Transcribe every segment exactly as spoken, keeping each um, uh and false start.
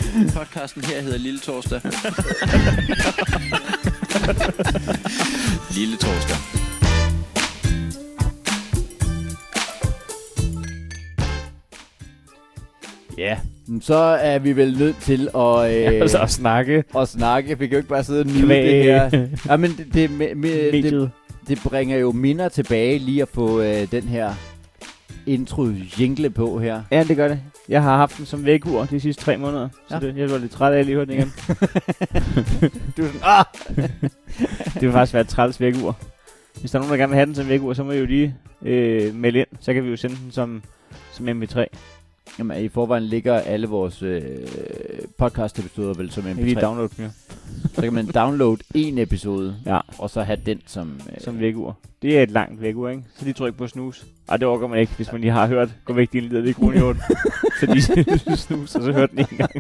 Podcasten her hedder Lille Torsdag. Lille Torsdag. Ja, så er vi vel nødt til at, øh, ja, altså at snakke. At snakke. Vi kan jo ikke bare sidde og nyde Kvæg. det her. Ja, men det, det, me, me, det, det bringer jo minder tilbage lige at få øh, den her intro jingle på her. Ja, det gør det. Jeg har haft den som vækkeur de sidste tre måneder, ja. Så det, jeg var lidt træt af at lige høre den igen. Du er sådan, ah! Det vil faktisk være et træls vækkeur. Hvis der er nogen, der gerne vil have den som vækkeur, så må I jo lige øh, melde ind. Så kan vi jo sende den som, som M P tre. Jamen, i forvejen ligger alle vores øh, podcast-episoder vel som M P tre. Vi download dem, ja. Så kan man downloade en episode, ja. Og så have den som... Øh, som vækkeur. Det er et langt vækkeur, ikke? Så de trykker på snus. Ej, det overgår man ikke, hvis man lige har hørt. Gå væk, din lille kroniot. Så de snus, og så hørte den en gang.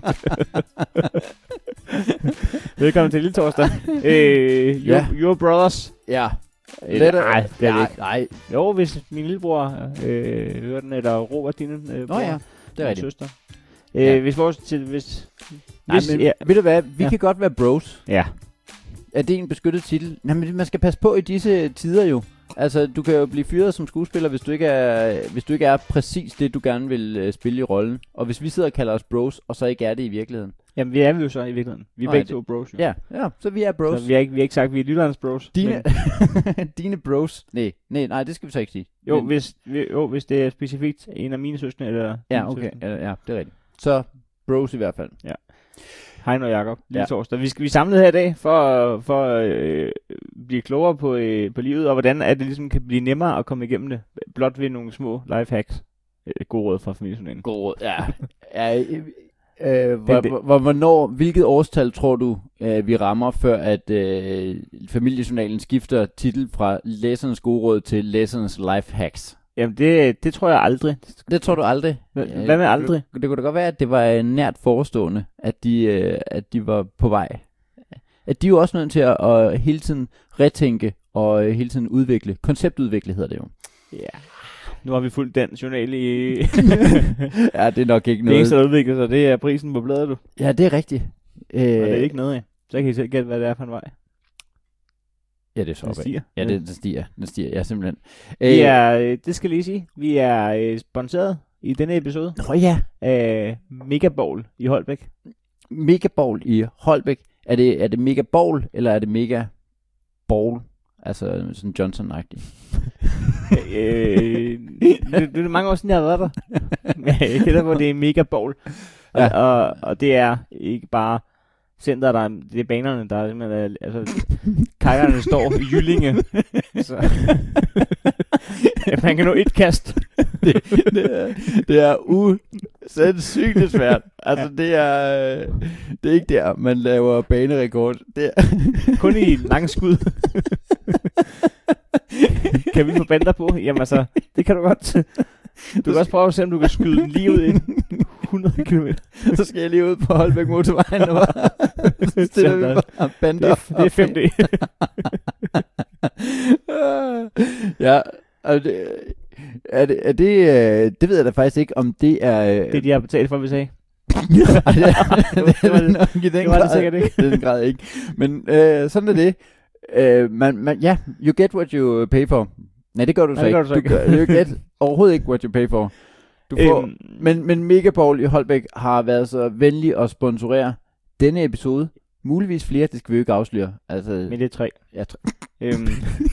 Velkommen til Lille Torsdag. Øh, ja. your, your Brothers. Ja. Eller, nej, det er ja, det ikke. Nej. Jo, hvis min lillebror øh, hører den, eller råber dine øh, bror, Nå ja, det er rigtigt. Søster. Øh, ja. Hvis vores... Til, hvis, nej, hvis, men ja. Ved du hvad? Vi ja. kan godt være bros. Ja. Er det en beskyttet titel? Nej, men man skal passe på i disse tider jo. Altså, du kan jo blive fyret som skuespiller, hvis du ikke er, hvis du ikke er præcis det, du gerne vil uh, spille i rollen. Og hvis vi sidder og kalder os bros, og så ikke er det i virkeligheden. Jamen, vi er jo så i virkeligheden. Vi er Nå, begge to bros. Jo. Ja, ja, så vi er bros. Så vi har ikke, vi har ikke sagt, at vi er lytterens bros. Dine, dine bros? Nej, nej, nej, det skal vi så ikke sige. Jo, men, hvis, jo hvis det er specifikt en af mine søstre, eller... Ja, okay, ja, ja, det er rigtigt. Så bros i hvert fald. Ja. Hej og Jakob, Lille ja. Torsdag. Vi skal vi samlet her i dag for for at øh, blive klogere på øh, på livet og hvordan at det ligesom kan blive nemmere at komme igennem det blot ved nogle små lifehacks. Øh, god råd fra familiejournalen. God råd. Ja. ja øh, øh, hvor, hvor, hvornår hvilket årstal tror du øh, vi rammer før at øh, familiejournalen skifter titel fra læsernes gode råd til læsernes lifehacks? Jamen, det, det tror jeg aldrig. Det tror du aldrig? H- Hvad med aldrig? Det, det kunne da godt være, at det var nært forestående, at de, øh, at de var på vej. At de er jo også nødt til at, at hele tiden retænke og hele tiden udvikle. Konceptudvikle hedder det jo. Ja. Nu har vi fulgt den journal i... ja, det er nok ikke noget. Det eneste, der udvikler sig, det er prisen på bladet, du. Ja, det er rigtigt. Øh... Og det er ikke noget af. Så kan I selv gætte, hvad det er for en vej. Ja, det er så den stiger. Ja, det, den stiger. Den stiger, ja, simpelthen. Vi er, øh, det skal lige sige, vi er øh, sponsoreret i denne episode. Nå ja. Af Megabowl i Holbæk. Megabowl i Holbæk. Er det, er det Megabowl, eller er det Mega Bowl? Altså sådan Johnson-agtig. øh, det, det er mange år siden, jeg har været der. Jeg kender på, det er Megabowl. Ja. Og, og, og det er ikke bare center, der er, det er banerne, der er simpelthen, altså, kajerne står i Jyllinge. Så. Ja, man kan nå et kast. det, det, er, det er usandsynligt svært. Altså, det er, det er ikke der, man laver banerekord. Det er kun i lange skud. Kan vi få bander på? Jamen altså, det kan du godt. Du kan også prøve at se, om du kan skyde den lige ud i hundrede kilometer. Så skal jeg lige ud på Holbæk motorvejen. Og så stiller vi bare bander. Det, det er fem D. Ja, og det, er det, er det, det ved jeg da faktisk ikke, om det er... Det, de har betalt for, vi sagde. det, det var det nok i den det var grad. Det sikkert ikke. Den grad ikke. Men øh, sådan er det. Øh, man, man, ja, you get what you pay for. Nej, det gør du så Nej, ikke. Du, så du ikke. gør, you get overhovedet ikke what you pay for. Du får, øhm. men, men Megabowl i Holbæk har været så venlig at sponsorere denne episode. Muligvis flere, det skal vi jo ikke afsløre. Altså, men det er tre. Ja, tre. øhm.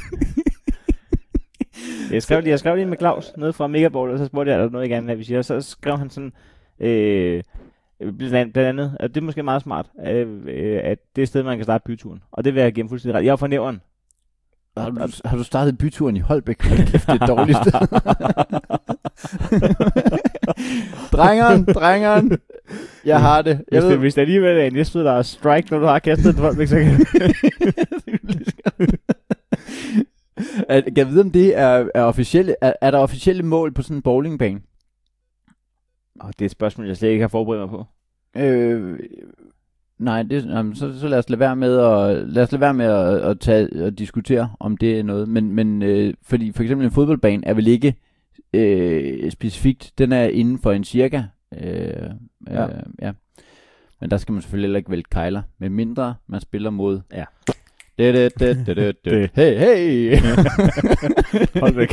Jeg skrev lige, jeg skrev lige med Claus nede fra Megabowl, og så spurgte jeg, er der noget, jeg gerne vil have, vi siger. Og så skrev han sådan, øh, blandt andet, at det er måske meget smart, øh, at det er et sted, man kan starte byturen. Og det vil jeg gennem fuldstændig ret. Jeg er fra Nævren. Har du, har du startet byturen i Holbæk? Hold kæft, det er dårligt. drengeren, drengeren. Jeg har det. Jeg hvis, det hvis det alligevel er en næste, der er strike, når du har kastet til Holbæk, så kan At, kan jeg vide, om det er, er officielle, er, er der officielle mål på sådan en bowlingbane? Oh, det er et spørgsmål, jeg slet ikke har forberedt mig på. Øh, nej, det, jamen, så, så lad os lade være med at, lad os lade være med at, at, tage, at diskutere, om det er noget. Men, men øh, fordi for eksempel en fodboldbane er vel ikke øh, specifikt, den er inden for en cirka. Øh, ja. Øh, ja. Men der skal man selvfølgelig heller ikke vælge kejler, med mindre man spiller mod... Ja. Det, det, det, det, det, det. Hey, hey! Hold væk.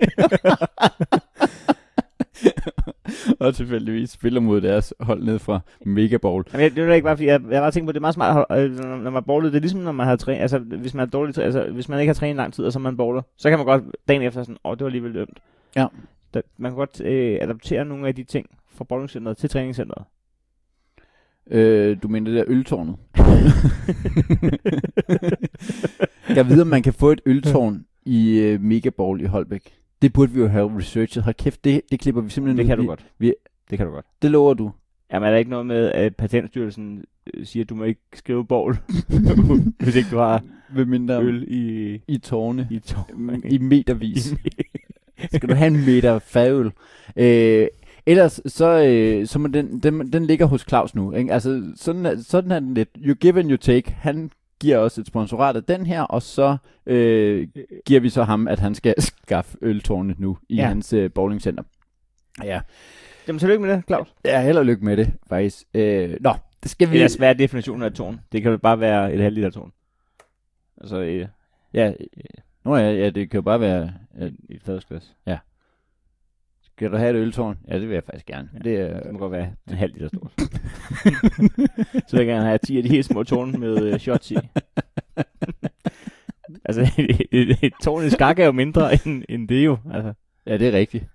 Og tilfældigvis spiller mod deres hold ned fra Mega Bowl. Jamen, jeg, det er ikke bare, fordi jeg, jeg bare tænker på, det er meget smart, øh, når man bowler. Det er ligesom, når man har trænet, altså hvis man er dårlig, altså hvis man ikke har trænet lang tid, og så man bowler, så kan man godt dagen efter sådan, åh, oh, det var alligevel dømt. Ja. Der, man kan godt øh, adaptere nogle af de ting fra bowlingcenteret til træningscenteret. Øh, du mener det der øltårnet? Jeg ved, om man kan få et øltårn i øh, Mega Bowl i Holbæk. Det burde vi jo have researchet. Hold kæft, det, det klipper vi simpelthen. Det kan vi, du godt. Vi, det kan du godt. Det lover du. Jamen er der ikke noget med, at Patentstyrelsen siger, at du må ikke skrive bowl, hvis ikke du har Ved mindre øl i, i tårne. i tårne. I metervis. Skal du have en meter fadøl? Øh, ellers så, øh, så må den, den, den ligger hos Claus nu. Ikke? Altså, sådan, er, sådan er den lidt. You give and you take. Han giver os et sponsorat af den her, og så øh, giver vi så ham, at han skal skaffe øltårnet nu i ja. hans øh, bowlingcenter. Ja. Jamen, tillykke med det, Claus. Ja, held og lykke med det, faktisk. Øh, nå, det skal vi... Det er svært definition af et tårn. Det kan jo bare være et halvt liter tårn. Altså, øh, ja, øh, nå ja, ja, det kan jo bare være øh, et fadelsglas. Ja. Skal du have et øltårn? Ja, det vil jeg faktisk gerne. Ja, det, øh, det må godt være en halv liter stort. Så vil jeg gerne have ti af de helt små tårne med øh, shots i. Altså, et, et, et tårn i skak er jo mindre end, end det jo. Altså. Ja, det er rigtigt.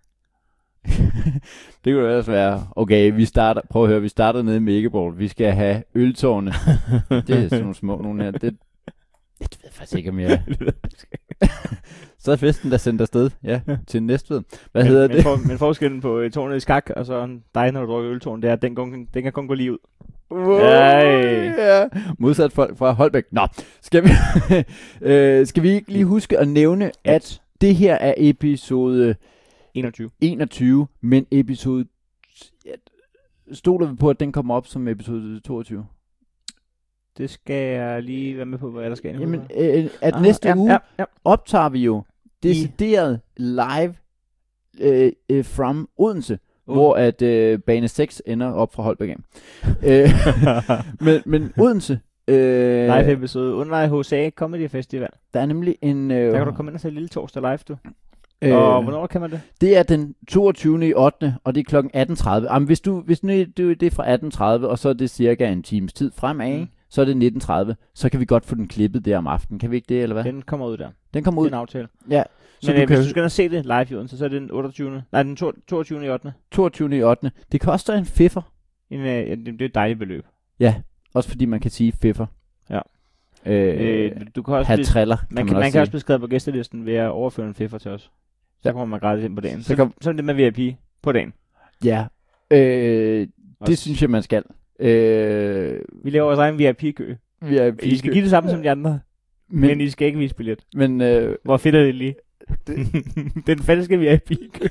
Det kunne ellers være, okay, vi starter, prøv at høre, vi starter nede i Mega Bowl. Vi skal have øltårne. Det er sådan nogle små nogle her. Det, det ved jeg faktisk ikke, om jeg... Så er festen, der sendt afsted, ja, til Næstved. Hvad men, hedder men det? For, men forskellen på uh, tårnet i skak, og så dig, når du drukker øltårn, det er, at den, den, den kan kun gå lige ud. Wow, ja. Modsat folk fra Holbæk. Nå, skal vi, øh, skal vi ikke lige huske at nævne, at det her er episode enogtyve. enogtyve, men episode... Ja, stoler vi på, at den kommer op som episode toogtyve? Det skal jeg lige være med på, hvad der skal ind. Jamen, øh, at ah, næste ja, uge ja, ja. optager vi jo decideret live øh, øh, from Odense, uh. hvor at øh, bane seks ender op fra Holbæk. øh, men, men Odense... Øh, live episode Undvej H C A Comedy Festival. Der er nemlig en... Øh, der kan du komme ind og se Lille Torsdag live, du. Øh, og hvornår kan man det? Det er den toogtyvende i ottende og det er klokken atten tredive. Jamen, hvis du, hvis nu du, det er fra atten tredive, og så er det cirka en times tid fremad, mm. så er det nitten tredive, så kan vi godt få den klippet der om aftenen. Kan vi ikke det, eller hvad? Den kommer ud der. Den kommer ud? Det er en aftale. Ja. Så Men du øh, kan... hvis du skal se det live i Odense, så er det den otteogtyvende Nej, den toogtyvende i ottende toogtyvende i ottende Det koster en fiffer. En, øh, det er et dejligt beløb. Ja, også fordi man kan sige fiffer. Ja. Øh, øh, du kan også have triller, man kan, man, man også kan også blive skrevet på gæstelisten ved at overføre en fiffer til os. Så ja. kommer man gratis ind på dagen. Så, så, kom... så er det med V I P på dagen. Ja, øh, det synes jeg, man skal. Øh, vi laver vores egen V I P-kø. V I P-kø. I skal give det samme som de andre, men, men I skal ikke vise billet. Men, øh, hvor fedt er det lige? Det... den falske V I P-kø.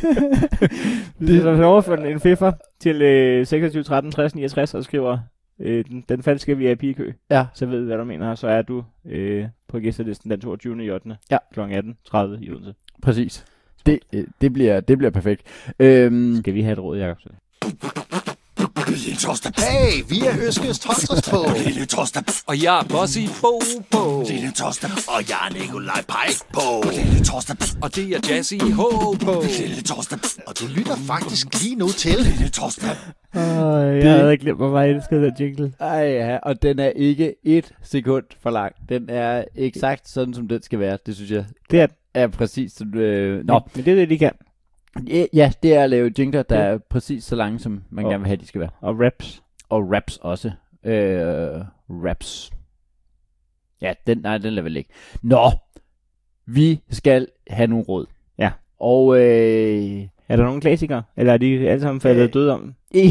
det... Så overfører en fiffer til øh, seksogtyve tretten tres niogtres og skriver øh, den, den falske V I P-kø. Ja. Så ved du, hvad du mener. Så er du øh, på gæstelisten den toogtyvende i ottende Ja. klokken atten tredive i Odense. Præcis. Det, det, bliver, det bliver perfekt. Øhm, Skal vi have et råd, Jacob? Lille torsdag. Hey, vi er Øskes Torsdags på. Lille torsdag. Og jeg er Bossy Bo på. Lille torsdag. Og jeg er Nikolaj Pike på. Lille torsdag. Og det er Jazzy H på. Lille torsdag. Og du lytter faktisk lige nu til Lille torsdag. Åh, jeg det... havde glemt, hvor meget jeg elskede den jingle. Ej ja, og den er ikke et sekund for lang. Den er eksakt sådan, som den skal være. Det synes jeg det er, er præcis som... Øh, nå. Men, men det er det, de kan. Ja, det er at lave jingler, der er præcis så lange, som man og, gerne vil have, de skal være. Og raps. Og raps også. Øh, raps. Ja, den, nej, den lader vel ikke. Nå, vi skal have nogle råd. Ja. Og øh, er der nogle klassikere? Eller er de alle sammen faldet øh, døde om?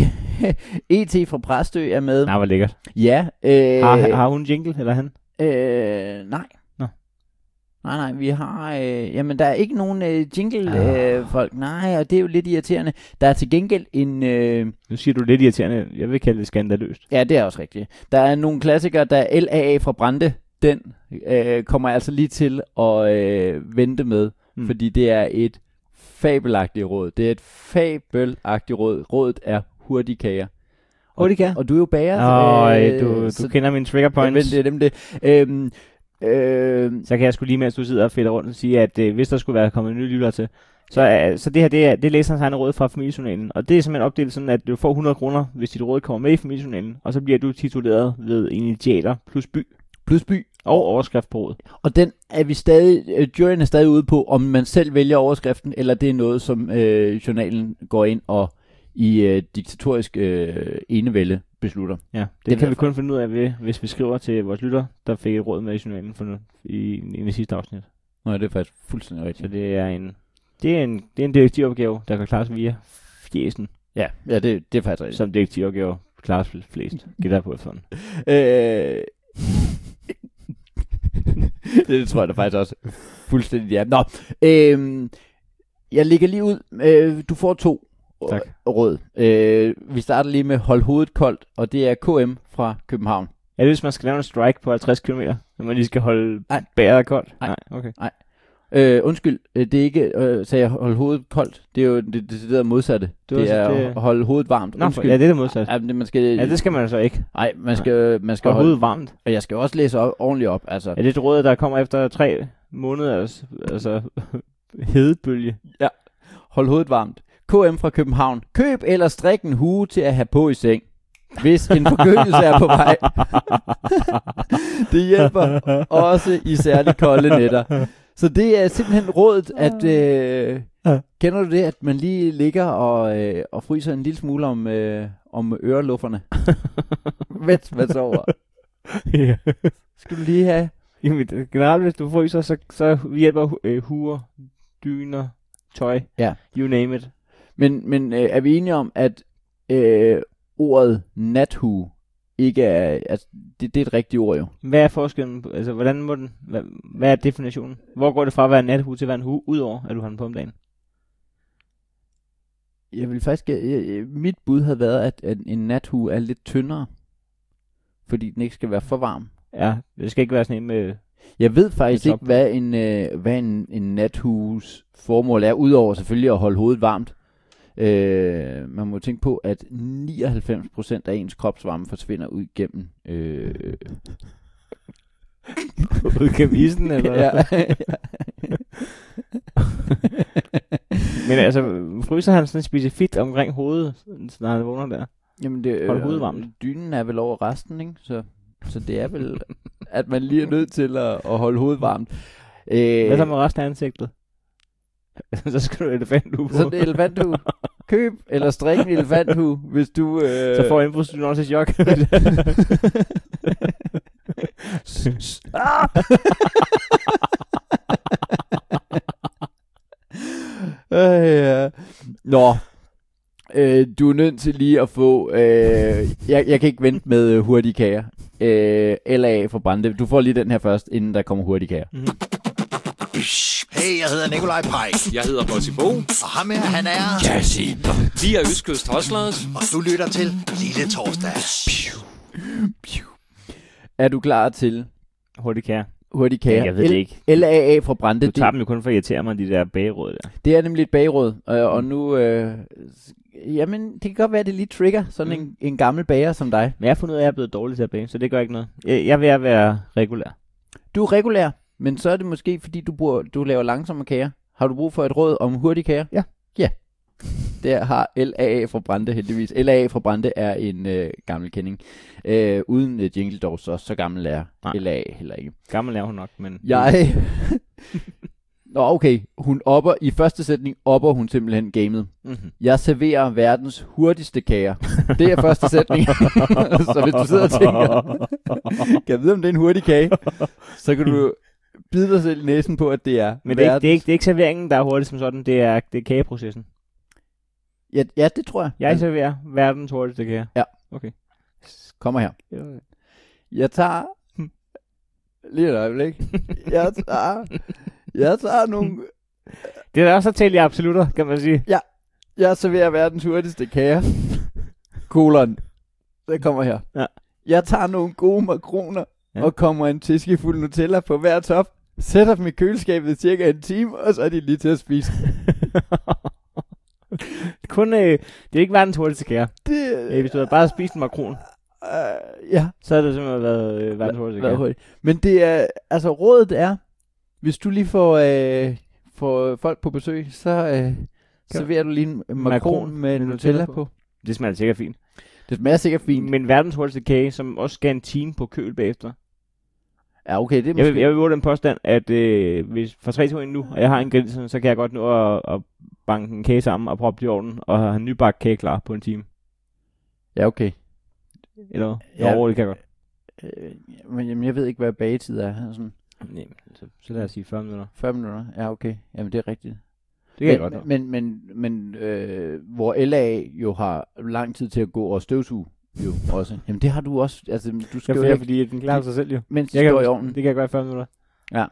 E T fra Præstø er med. Nej, hvor lækkert. Ja. Øh, har, har hun jingle, eller han? Øh, nej. Nej, nej, vi har... Øh, jamen, der er ikke nogen øh, jingle-folk. Øh, nej, og det er jo lidt irriterende. Der er til gengæld en... Øh, nu siger du lidt irriterende. Jeg vil kalde det skandaløst. Ja, det er også rigtigt. Der er nogle klassikere, der er L A A fra Brande. Den øh, kommer altså lige til at øh, vente med, mm. fordi det er et fabelagtigt råd. Det er et fabelagtigt råd. Rådet er hurtigkager. Hurtigt kære. Og du er jo bager. Åh, øh, du, så- du kender mine trigger Ja, men points. det er dem det. Øhm, øh, Så kan jeg sgu lige, mens du sidder og fedter rundt og sige, at øh, hvis der skulle være kommet nye lyttere til, så, øh, så det her, det er, det er læserens egne råd fra familiejournalen. Og det er simpelthen opdelt sådan, at du får hundrede kroner, hvis dit råd kommer med i familiejournalen, og så bliver du tituleret ved initialer plus by plus by. og overskrift på råd. Og den er vi stadig, øh, juryen er stadig ude på, om man selv vælger overskriften, eller det er noget, som øh, journalen går ind og i øh, diktatorisk øh, enevælde beslutter. Ja, det, Det det kan ved vi kun finde ud af, ved, hvis vi skriver til vores lytter, der fik et råd med i journalen for nu, i, i det sidste afsnit. Nå, det er faktisk fuldstændig Så rigtigt. det er en, det er en, det er en detektivopgave, der kan klares via fjesen, Ja, ja det, det er faktisk rigtigt. som detektivopgave klares flest. Gætter på sådan. Øh, det tror jeg da faktisk også fuldstændig ja. Nå, øh, jeg lægger lige ud. Øh, du får to Tak. råd. Øh, vi starter lige med hold hovedet koldt, og det er K M fra København. Er det, hvis man skal lave en strike på halvtreds kilometer, når man lige skal holde Nej. bæret koldt? Nej. Nej, okay. Øh, undskyld, øh, det er ikke, øh, så jeg hold hovedet koldt. Det er jo det, det, det der modsatte. Det Det, var det så er det- at holde hovedet varmt. Nå, for, Undskyld. ja, det er det modsatte. Ja, det, man skal, Ja, det skal man altså ikke. Nej, man skal, man skal Og holde. hovedet varmt. Og jeg skal også læse op, ordentligt op. Altså, Er det et råd, der kommer efter tre måneder, altså hedebølge? hold hovedet varmt. K M fra København. Køb eller strik en hue til at have på i seng, hvis en forkølelse er på vej. Det hjælper også i særligt kolde nætter. Så det er simpelthen rådet, at øh, kender du det, at man lige ligger og, øh, og fryser en lille smule om, øh, om ørelufferne, mens man sover. Ja. Skal du lige have? Jamen, det- generelt, hvis du fryser, så, så hjælper hu- øh, huer, dyner, tøj, Ja. you name it. Men, men øh, er vi enige om, at øh, ordet nathue ikke er, altså, det, det er et rigtigt ord jo. Hvad er forskellen? på- Altså, hvordan må den, hvad, hvad er definitionen? Hvor går det fra at være en nathue til at være en hue, udover at du har den på om dagen? Jeg vil faktisk, jeg, jeg, mit bud havde været, at, at en nathue er lidt tyndere, fordi den ikke skal være for varm. Ja, det skal ikke være sådan en med... Jeg ved faktisk Med ikke, top. hvad en, øh, hvad en, en nathues formål er, udover selvfølgelig at holde hovedet varmt. Øh, man må tænke på, at nioghalvfems procent af ens kropsvarme forsvinder ud gennem... Øh, Ud gennem isen, eller? ja. Men altså, fryser han sådan specifikt omkring hovedet, når han vågner der? Jamen det, Hold hovedet varmt. Dynen er vel over resten, ikke? Så, så det er vel, at man lige er nødt til at, at holde hovedet varmt. Øh, Hvad så med resten af ansigtet? Så skal du elefanthue på. så det er elefanthue. Køb eller strik en elefanthue, hvis du... Øh, Så får indbrudsstuen også et chok. øh, ja. Nå. Øh, du er nødt til lige at få... Øh, jeg, jeg kan ikke vente med øh, hurtige kager. Øh, L A fra Brande. Du får lige den her først, inden der kommer hurtige kager. Hey, jeg hedder Nikolaj Pajk, Jeg hedder Bossy Bo. og ham her, han er... Jazzy. Vi er Østkyst Hustlers. Og du lytter til Lille Torsdag. Er du klar til Hurtigt kære. hurtige kager? Jeg ved det ikke. L A A fra Brande. Du tager dem jo kun for at irritere mig, de der bageråd der. Det er nemlig et bagråd, øh, og nu... Øh, jamen, det kan godt være, at det lige trigger sådan Mm. en, en gammel bager som dig. Men jeg har fundet ud af, at jeg er blevet dårlig til at bage, så det gør ikke noget. Jeg, jeg vil at være regulær. Du er regulær, men så er det måske, fordi du, bruger, du laver langsomme kager. Har du brug for et råd om hurtige kager? Ja. Ja. Der har L A A fra Brande heldigvis. L A A fra Brande er en øh, gammel kending. Øh, uden et jingle dog, så så gammel er Nej. L A A heller ikke. Gammel er hun nok, men... Jeg... Nå, okay. Hun opper, i første sætning opper hun simpelthen gamet. Mm-hmm. Jeg serverer verdens hurtigste kager. Det er første sætning. Så hvis du sidder og tænker, kan jeg vide, om det er en hurtig kage, så kan du bide dig selv i næsen på, at det er Men det er, ikke, verdens... det, er ikke, det er ikke serveringen, der er hurtigt som sådan. Det er, det er kageprocessen. Ja, ja, det tror jeg. Jeg serverer verdens hurtigste kage. Ja. Okay. Kommer her. Jeg tager... Lige et øjeblik. Jeg tager... Jeg tager nogle... Det er også at tælle i absolutter, kan man sige. Jeg serverer verdens hurtigste kager. Kolon. Det kommer her. Ja. Jeg tager nogle gode makroner Ja. og kommer en teskefuld Nutella på hver top. Sætter dem i køleskabet i cirka en time, og så er de lige til at spise. Kun, øh, det er ikke verdens hurtigste kage. Det, Jeg Øh, hvis du havde bare spist en makron, øh, ja, så havde det simpelthen været øh, verdens hurtigste været kage. hurtigt. Men det er, altså rådet er, hvis du lige får, øh, får folk på besøg, så øh, serverer du lige en makron, Makron med med Nutella, Nutella på. på. Det smager sikkert fint. Det smager sikkert fint. Men verdens hurtigste kage, som også skal en time på køl bagefter. Ja, okay, det er Jeg måske... vil, jeg vil våge den påstand, at øh, hvis for tre timer nu, og jeg har en grill, så, så kan jeg godt nå at, at banke en kage sammen og proppe det i ovnen, og have en nybagt kage klar på en time. Ja, okay. Eller hvad? Ja. Ja. Det kan jeg godt. Øh, men jamen, jeg ved ikke, hvad bagetid er. Sådan Nej, så, så lad os sige fyrre minutter. fyrre minutter. Ja, okay. Jamen, det er rigtigt. Det kan jeg men, godt. Men, men, men øh, hvor L A jo har lang tid til at gå og støvsuge jo også. Jamen, det har du også. Altså, du skal Jeg jo ja, ikke, fordi at den klarer sig selv jo. mens det Jeg står kan, i ovnen. det kan jeg gøre i fyrre minutter. Ja.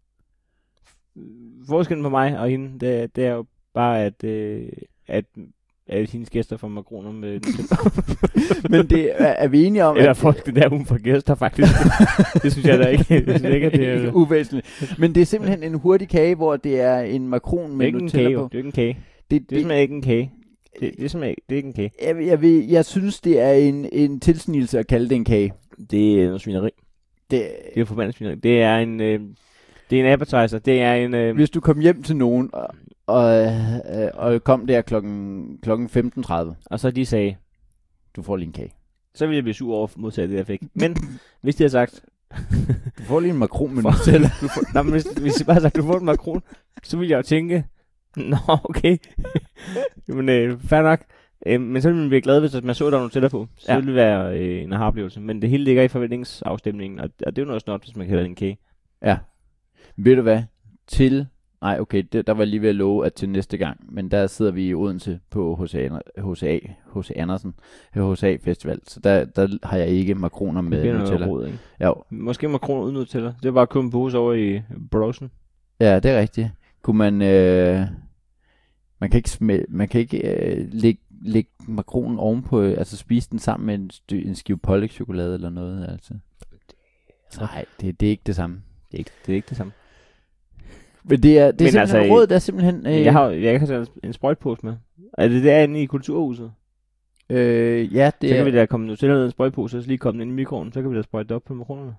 Forskellen på mig og hende, det, er- det er jo bare, at, øh, at, at hendes gæster får makroner med Nutella. Men det er, er vi enige om, Eller at folk, det der hun får gæster faktisk. Det synes jeg da ikke. Jeg synes ikke, at det er... uvæsentligt. Men det er simpelthen en hurtig kage, hvor det er en makron Det er med ikke en Nutella kage, på. jo. Det er ikke en kage. Det, Det er det, simpelthen ikke en kage. Det, det er simpelthen ikke, det er ikke en kage. jeg, jeg, vil, jeg synes, det er en, en tilsnigelse at kalde det en kage. Det er noget svineri. Det, Det er forbandet svineri. Det er en... Øh, det er en appetizer. Det er en... Øh, hvis du kom hjem til nogen, og, og, øh, og kom der klokken, klokken femten tredive, og så de sagde, du får lige en kage. så ville jeg blive sur over at modtage det, jeg fik. Men hvis de havde sagt... Du får lige en makron med Nutella. du får, nej, men hvis, hvis de bare havde sagt, du får en makron, så ville jeg jo tænke, nå, okay. Men øh, fair nok. Øh, men så ville man blive glad, hvis man så, der var Nutella på. Så Ja. ville det være øh, en aha-oplevelse. Men det hele ligger i forventningsafstemningen, og, og det er jo noget snart, hvis man kan have en kage. Ja. Ved du hvad? Til... Nej, okay, det, der var lige ved at love, at til næste gang. Men der sidder vi i Odense på H C A, H C A, H C Andersen, H C A Festival. Så der, der har jeg ikke makroner Det med bliver noget Nutella. rod, ikke? Jo. Måske makroner uden Nutella. Det er bare at købe en pose over i Brosen. Ja, det er rigtigt. Kunne man... Øh, man kan ikke, smæ- man kan ikke øh, lægge, lægge makronen ovenpå... Øh, altså spise den sammen med en, st- en skive pålægtschokolade eller noget, altså. Nej, det, det er ikke det samme. Det er ikke det, er ikke det samme. Men det er, det er Men simpelthen altså, altså, rådet, der er simpelthen... Øh, Jeg har jeg kan tage en sprøjtpose med. Er det derinde i kulturhuset? øh, ja, det Så er... kan vi da komme Nutella ned i en sprøjtpose, og så lige komme den ind i mikroen. Så kan vi da sprøjte det op på makronerne.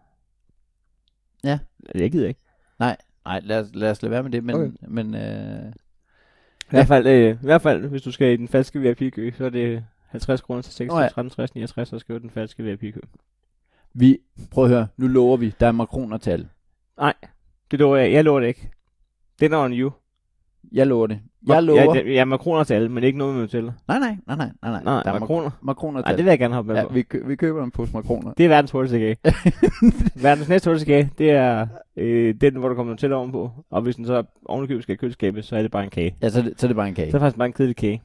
Ja. Jeg gider ikke. Nej, lad os, lad os lade være med det, men... Okay. men øh, I hvert fald, øh, i hvert fald, hvis du skal i den falske V I P-kø, så er det halvtreds kroner til seks, Nå ja. tretten, tres, niogtres, så skal du i den falske V I P-kø. vi... Prøv at høre, nu lover vi, der er makroner til alle. Nej, det lover jeg. Jeg lover det ikke. Det er on you. Jeg lover det. Jeg lover... Ja, jeg er makroner til alle, men ikke noget med Nutella. Nej, nej, nej, nej, nej, nej. Nej, der er makroner. mak- makroner til Nej, det alle. vil jeg gerne hoppe med Ja, på. vi, kø- vi køber en pose makroner. Det er verdens hurtigste kage. Verdens næste hurtigste kage, det er øh, den, hvor der kommer Nutella ovenpå. Og hvis den så ovenikøbet skal i køleskabet, så er det bare en kage. Ja, så er det, så er det bare en kage. Så er det faktisk bare en kedelig kage.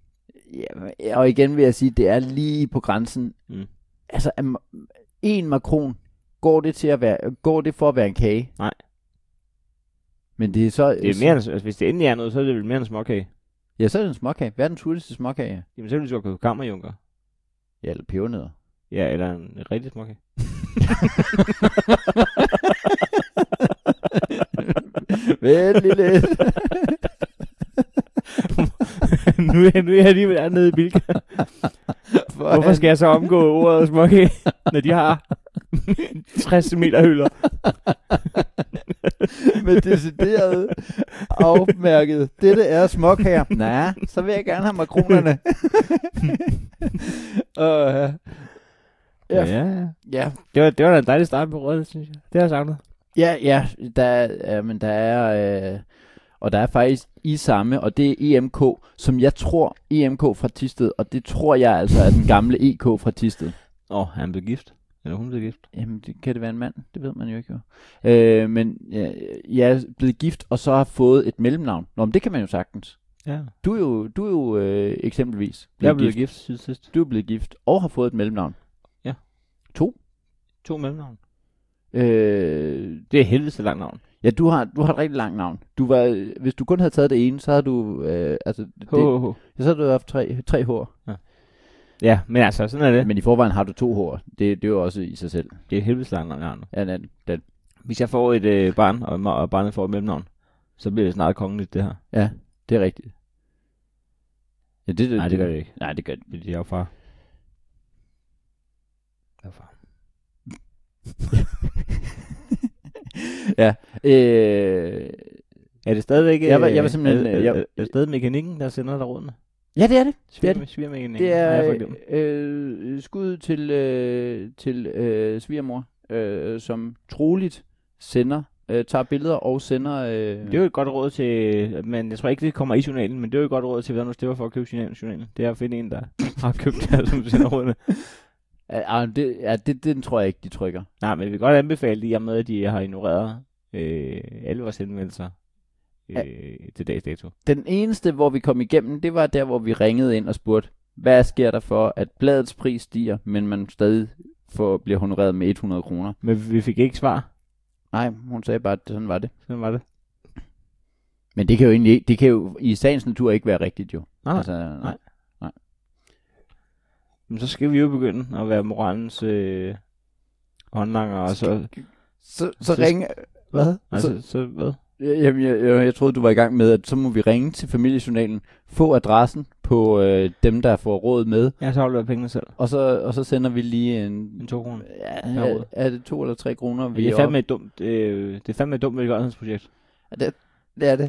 Ja, og igen vil jeg sige, det er lige på grænsen. Mm. Altså, en, en makron, går det til at være, går det for at være en kage? Nej. Men det er så... Det er mere, end- altså, hvis det endelig er noget, så er det vel mere en småkage. Ja, så er det en småkage. Verdens hurtigste småkage. Jamen, så vil du så købe kammerjunker. Ja, eller pebernødder. Ja, eller en, en rigtig småkage. Vældig lidt. nu, er, nu er jeg lige ved nede i Bilka. Hvorfor skal jeg så omgå ordet småkage, når de har tres meter hylder? Med decideret afmærket. Dette er småkager. Nej, så vil jeg gerne have makronerne. Og, uh, ja, ja. ja, Det var, det var da en dejlig start på rådet, synes jeg. Det har jeg savnet. ja, ja, der, er- ja, men der er, øh, og der er faktisk i samme, og det er E M K, som jeg tror, E M K fra Thisted, og det tror jeg altså er den gamle E K fra Thisted. Åh, oh, han blev gift. Eller hun blev gift. Jamen, det, kan det være en mand? Det ved man jo ikke, jo. Øh, men ja, jeg er blevet gift, og så har fået et mellemnavn. Nå, men det kan man jo sagtens. Ja. Du er jo, du er jo øh, eksempelvis Jeg er blevet gift siden sidst. Du er blevet gift, og har fået et mellemnavn. Ja. To? To mellemnavn. Øh, Det er helvedes langt navn. ja, du har, du har et rigtig langt navn. Du var, hvis du kun havde taget det ene, så havde du, øh, altså, det, H H H. så havde du haft tre, tre H'er. Ja, men altså, sådan er det. Men i forvejen har du to H'er. Det, det er jo også i sig selv. Det er et helvedes langt navn, jeg har nu. Ja, den, den. Hvis jeg får et øh, barn, og, og barnet får et mellemnavn, så bliver det snart kongeligt, det her. Ja, det er rigtigt. Ja, det, Nej, det gør det ikke. Nej, det gør det. Det er jo far. Hvorfor? ja. Øh, Er det stadigvæk... Jeg var- jeg var simpelthen- Er, er, jeg- er, er det stadig mekanikken, der sender dig rådene? ja, det er det. Det er Sviger, det. svigermekanikken. Det har jeg er fået glemt. øh, skud til, øh, til øh, svigermor, øh, som troligt sender, øh, tager billeder og sender... Øh, Det er jo et godt råd til, men jeg tror ikke, det kommer i journalen, men det er jo et godt råd til, hvordan du stiller for at købe journalen. journalen. Det er at finde en, der har købt det, som sender rådene. ja, det, ja, det, det tror jeg ikke, de trykker. Nej, men vi vil godt anbefale det, i og med, at de har ignoreret øh, alle vores henvendelser øh, til dags dato. Den eneste, hvor vi kom igennem, det var der, hvor vi ringede ind og spurgte, hvad sker der for, at bladets pris stiger, men man stadig får, bliver honoreret med hundrede kroner. Men vi fik ikke svar. Nej, hun sagde bare, at sådan var det. Sådan var det. Men det kan jo egentlig, det kan jo i sagens natur ikke være rigtigt jo. Nej, altså, nej. Men så skal vi jo begynde at være moralens øh, håndlanger, og så... Så, så Så- ringe... Hvad? Altså, så hvad? Jamen, jeg, jeg, jeg troede, du var i gang med, at så må vi ringe til familiejournalen, få adressen på øh, dem, der får råd med, Jeg har så afleveret pengene selv. og så, og så sender vi lige en... En to kroner. Ja, per er, råd. er det to eller tre kroner? Det er fandme et dumt, øh, det er fandme et dumt velgørenhedsprojekt. Ja, det, det er det.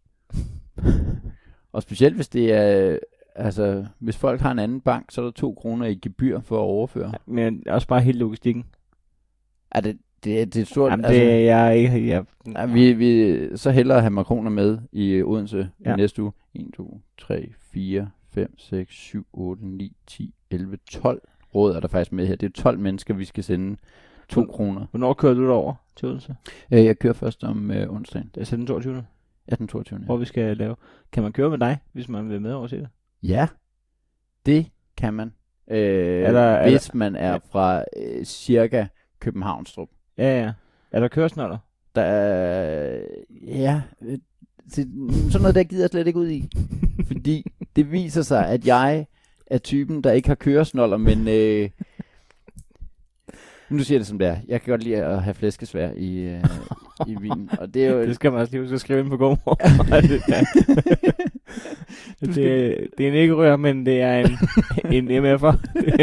Og specielt hvis det er... Altså, hvis folk har en anden bank, så er der to kroner i gebyr for at overføre. Ja, men også bare hele logistikken. Er det, det, det er et stort... Jamen, det er jeg ikke... Jeg, Ja, vi, vi så hellere have makroner med i Odense ja. Ja. i næste uge. en, to, tre, fire, fem, seks, syv, otte, ni, ti, elleve, tolv råd er der faktisk med her. Det er tolv mennesker, vi skal sende to Hvor- kroner. Hvornår kører du derover til Odense? Øh, Jeg kører først om øh, onsdagen. Det er så den toogtyvende Ja, den toogtyvende Hvor vi skal lave. Kan man køre med dig, hvis man vil med over til det? Ja, det kan man. Øh, Er der- er hvis der- man er fra øh, cirka Københavnstrup. Ja, ja. Er der køresnoller? Der er... Ja... øh, det, sådan noget der gider jeg slet ikke ud i. Fordi det viser sig, at jeg er typen, der ikke har køresnoller, men... Øh, nu siger jeg det som det er. Jeg kan godt lide at have flæskesvær i, øh, i vinen. Og det er jo... Det skal man også lige huske at skrive ind på GoMore. det, det, det er en ikke rør, men det er en, en M F'er.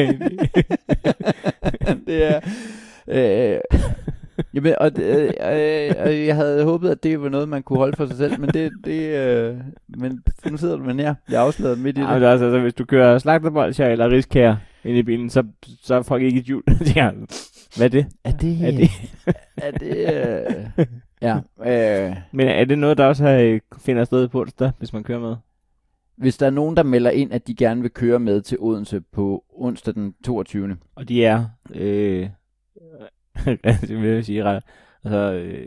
det er... Øh, jamen, og, øh, øh, og jeg havde håbet, at det var noget, man kunne holde for sig selv, men det... det øh, men nu sidder du med her. Jeg afslører midt i det. Ja, men det er altså, altså, hvis du kører slagterbolcher eller riskær ind i bilen, så, så er folk ikke i tvivl. Ja, hvad er det? Er det... Er det? Er det... Øh, ja. Øh, Men er det noget, der også har, finder sted på onsdag, hvis man kører med? hvis der er nogen, der melder ind, at de gerne vil køre med til Odense på onsdag den toogtyvende Og de er, øh, det vil jeg sige ret, altså, øh,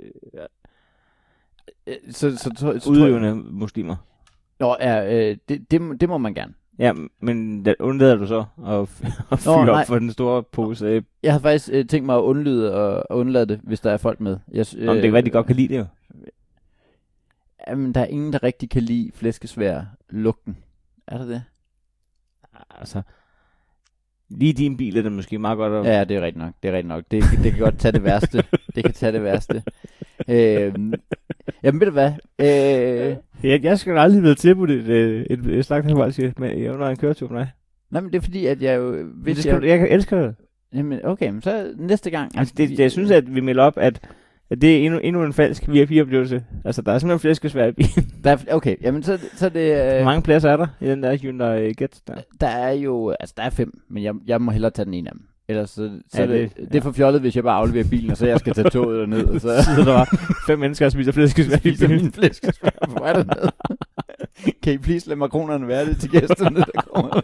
øh, så, så, så, så udøvende muslimer. Nå, ja, øh, det, det, må- det må man gerne. Ja, men der undlader du så at, at fylde nej. op for den store pose? Øh, Jeg har faktisk øh, tænkt mig at undlyde og, og undlade det, hvis der er folk med. Jeg, øh, om det kan være, de godt kan lide det jo. Jamen, der er ingen, der rigtig kan lide flæskesvær lugten. Er der det? Altså, lige i din bil er det måske meget godt at... Ja, det er rigtigt nok. Det er rigtigt nok. Det, det kan godt tage det værste. Det kan tage det værste. Øh, jamen, ved du hvad? Øh, Jeg, jeg skal aldrig være tilbudt et, et, et, et slagterbolcher med jeg under en køretur med dig. nej, men det er fordi, at jeg jo... Det Hvis skal, du- jeg, jeg elsker det. jamen, okay, men så næste gang... Altså, det, det, jeg synes, at vi melder op, at, at det er endnu, endnu en falsk V I P-oplevelse. Altså, der er simpelthen flæskesvær i bilen. Der er, okay, jamen så, så det... Hvor Øh, mange pladser er der i den der Hyundai Get der? der er jo... Altså, der er fem, men jeg, jeg må hellere tage den ene af dem. Ellers så, så Ja, ja, det, det- det er for fjollet, hvis jeg bare afleverer bilen, og så jeg skal tage toget derned, og så... Så sidder der bare fem mennesker og spiser flæskesvær i spiser bilen. min flæskesvær på vej derned. Kan I please lade makronerne være det til gæsterne, der kommer?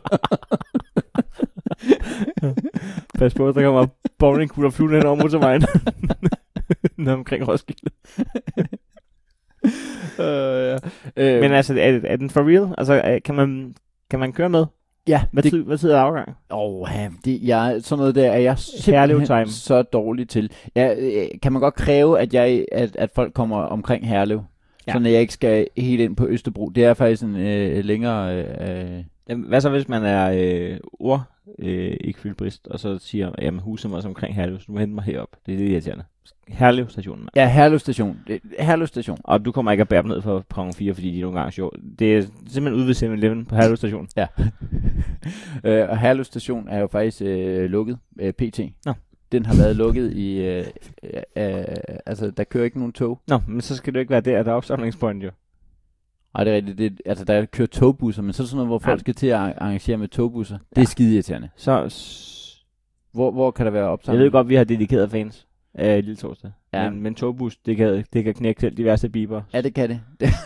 Pas på, der kommer bowlingkugler flyvende hen over motorvejen. Nede omkring Roskilde. øh, ja. øh, Men altså, er, er den for real? Altså, er, kan man, kan man køre med? ja, Hvad, det, tid, hvad tid er afgang? oh, ja, det, jeg, sådan noget der er jeg Herlev simpelthen time. så dårlig til. Ja, øh, kan man godt kræve, at, jeg, at, at folk kommer omkring Herlev? Ja. Ja. Sådan at jeg ikke skal helt ind på Østerbro. Det er faktisk en øh, længere... Øh, Jamen, hvad så hvis man er øh, ord øh, ekvilibrist, og så siger, jamen huset mig som omkring Herlev, så du må hente mig herop. Det er det irriterende. Herlev stationen. Ja, Herlev station. Det- Herlev station. Og du kommer ikke at bære dem ned for perron fire, fordi de er nogle gange sjov. Det er simpelthen ude ved syv eleven på Herlev station. Ja. øh, og Herlev station er jo faktisk øh, lukket, øh, P T. Nå. Den har været lukket i... Øh, øh, øh, altså, der kører ikke nogen tog. Nå, men så skal du ikke være der, der er opsamlingspoint jo. Ej, det er rigtigt. Det, altså, der kører togbusser, men så er det sådan noget, hvor folk Ja. skal til at arrangere med togbusser. Det Ja. er skide irriterende. Så s- Hvor, hvor kan der være jeg opsamling? ved godt, vi har dedikerede fans af Lille Torsdag. Ja. Ja. Men, men togbus, det kan, det kan knække selv diverse biber. Ja, det kan det.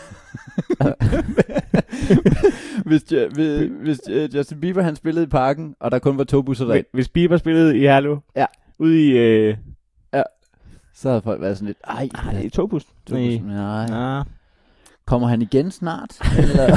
hvis, uh, hvis, hvis uh, Justin Bieber han spillede i parken, og der kun var togbusser derind, Hvis Bieber spillede i Herlev, Ja. ude i øh, så havde folk været sådan lidt, ej, nej, i togbus. togbus, nej. Ja. Kommer han igen snart? Eller?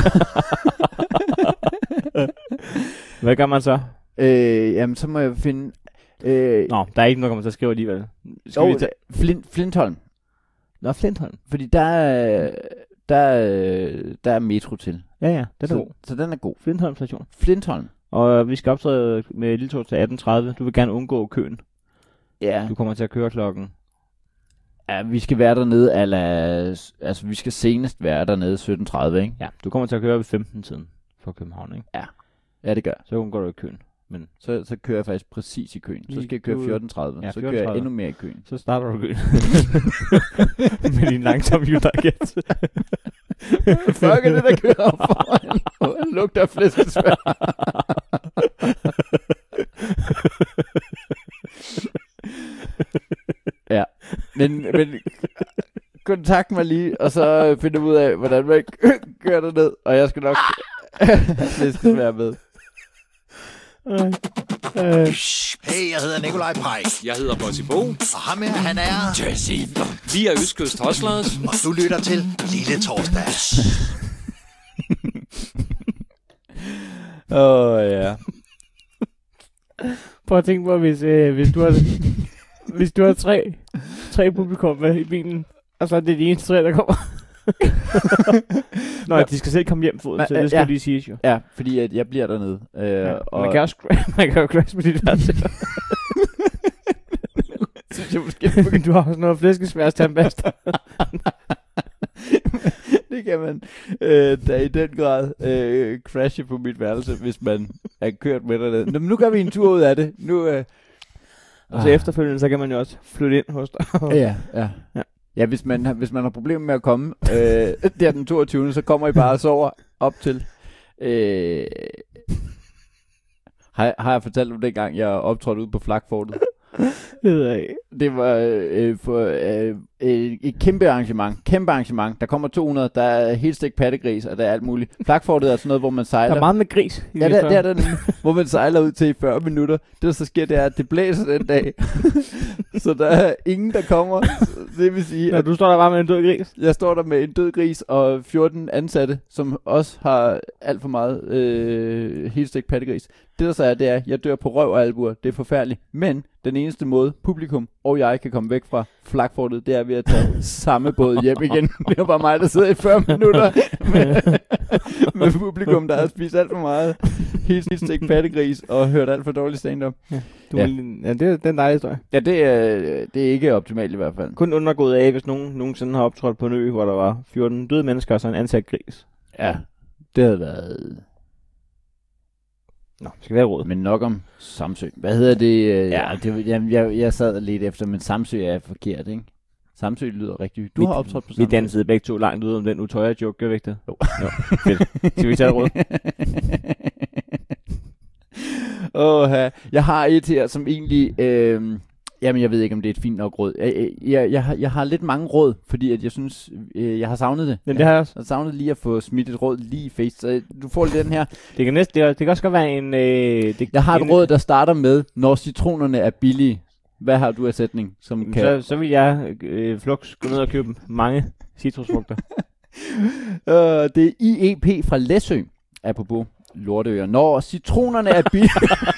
Hvad gør man så? øh, jamen, så må jeg finde... Øh, Nå, der er ikke noget, der kommer til at skrive alligevel. Skal jo, vi tage... Flint, Flintholm. Nå, Flintholm. Fordi der er, der, er- der er metro til. Ja, ja, det er så, god. så den er god. Flintholm station. Flintholm. Og vi skal optræde med Lille Torsdag atten tredive. Du vil gerne undgå køen. Ja. Du kommer til at køre klokken. Ja, vi skal være dernede, ala, altså vi skal senest være dernede sytten tredive, ikke? Ja, du kommer til at køre ved femten-tiden fra København, ikke? Ja, det gør. Så undgår du i køen. Men Så, så kører jeg faktisk præcis i køen. Så Lige skal jeg køre du- fjorten tredive. Ja, så kører jeg fjorten tredive. endnu mere i køen. så starter du køen. med din langsomme Hyundai-kat. Fuck er det, der kører op foran? Han lugter af flæskesvær. Ja, men, men kontakt mig lige, og så finder ud af, hvordan man kører derned, og jeg skal nok flæskesvær med. Hey, jeg hedder Nikolaj Pajk, Jeg hedder Bossy Bo. og ham her, han er... Jesse. Vi er Østkyst Hustlers. Og du lytter til Lille Torsdag. Åh, oh, ja. Prøv at tænke på, hvis, øh, hvis du har, hvis du har tre, tre publikum med i bilen, og så er det de eneste tre, der kommer. Nå, de skal selv komme hjem foden, så Men, det skal ja. ja. lige siges jo. Ja, fordi at jeg bliver dernede. Øh, Ja. og Man kan også man kan jo crash med dit værelse. synes jeg måske, Du har også noget flæskesværs tandpast. det kan man øh, da i den grad øh, crashe på mit værelse, hvis man er kørt med dernede. Nå, men nu gør vi en tur ud af det. Nu, øh, Og så efterfølgende, så kan man jo også flytte ind hos dig. Ja, ja. Ja. Ja, hvis man, har- hvis man har problemer med at komme øh, der den toogtyvende så kommer I bare og sover op til. Øh, har, har jeg fortalt om dengang, jeg optrådte ude på Flakfortet? Det ved jeg ikke. Det var øh, for, øh, et, et kæmpe arrangement. Kæmpe arrangement. Der kommer to hundrede, der er helt stegt pattegris, og der er alt muligt. Flakfortet er sådan noget, hvor man sejler. Der er meget med gris. i Ja, det, historien. det er der nemlig, hvor man sejler ud til i fyrre minutter. Det, der så sker, det er, at det blæser den dag. Så der er ingen, der kommer. Det vil sige, Nå, at du står der bare med en død gris. jeg står der med en død gris og fjorten ansatte, som også har alt for meget øh, helt stegt pattegris. Det der så er, det er, at jeg dør på røv og albuer. Det er forfærdeligt. Men den eneste måde, publikum og jeg kan komme væk fra Flakfortet, det er ved at tage samme båd hjem igen. Det er bare mig, der sidder i fyrre minutter med, med publikum, der har spist alt for meget helt stegt pattegris og hørt alt for dårligt stand-up. Du Ja. ja. ja, det er den dejlige historie. Ja, det er, det er ikke optimalt i hvert fald. Kun undergået af, hvis nogen nogensinde har optrådt på en ø, hvor der var fjorten døde mennesker og så en ansat gris. Ja, det havde været... Nå, skal være råd. Men nok om Samsø. Hvad hedder det? øh, Ja. Ja, det jamen, jeg, jeg sad lidt efter, men Samsø er forkert, ikke? Samsø lyder rigtig hyggeligt. Du Vi- har optrådt på Vi Samsø. dansede begge to langt ude om den Utøya-joke, gør vi ikke det? Jo. Jo, fedt. Skal vi tage et råd? Åh, ja. Jeg har et her, som egentlig... Øh, jamen, jeg ved ikke, om det er et fint nok råd. Jeg, jeg, jeg, jeg, har, jeg har lidt mange råd, fordi at jeg synes, øh, jeg har savnet det. Men det har jeg også. Jeg har savnet lige at få smidt et råd lige i face. Så du får lige den her. Det kan, næste, det, det kan også godt være en... Øh, det, Jeg har et en, råd, der starter med, når citronerne er billige. Hvad har du af sætning, som kan... Så, så vil jeg øh, flux gå ned og købe mange citrusfrugter. Uh, det er I E P fra Læsø, apropos lorteøer. Når citronerne er billige...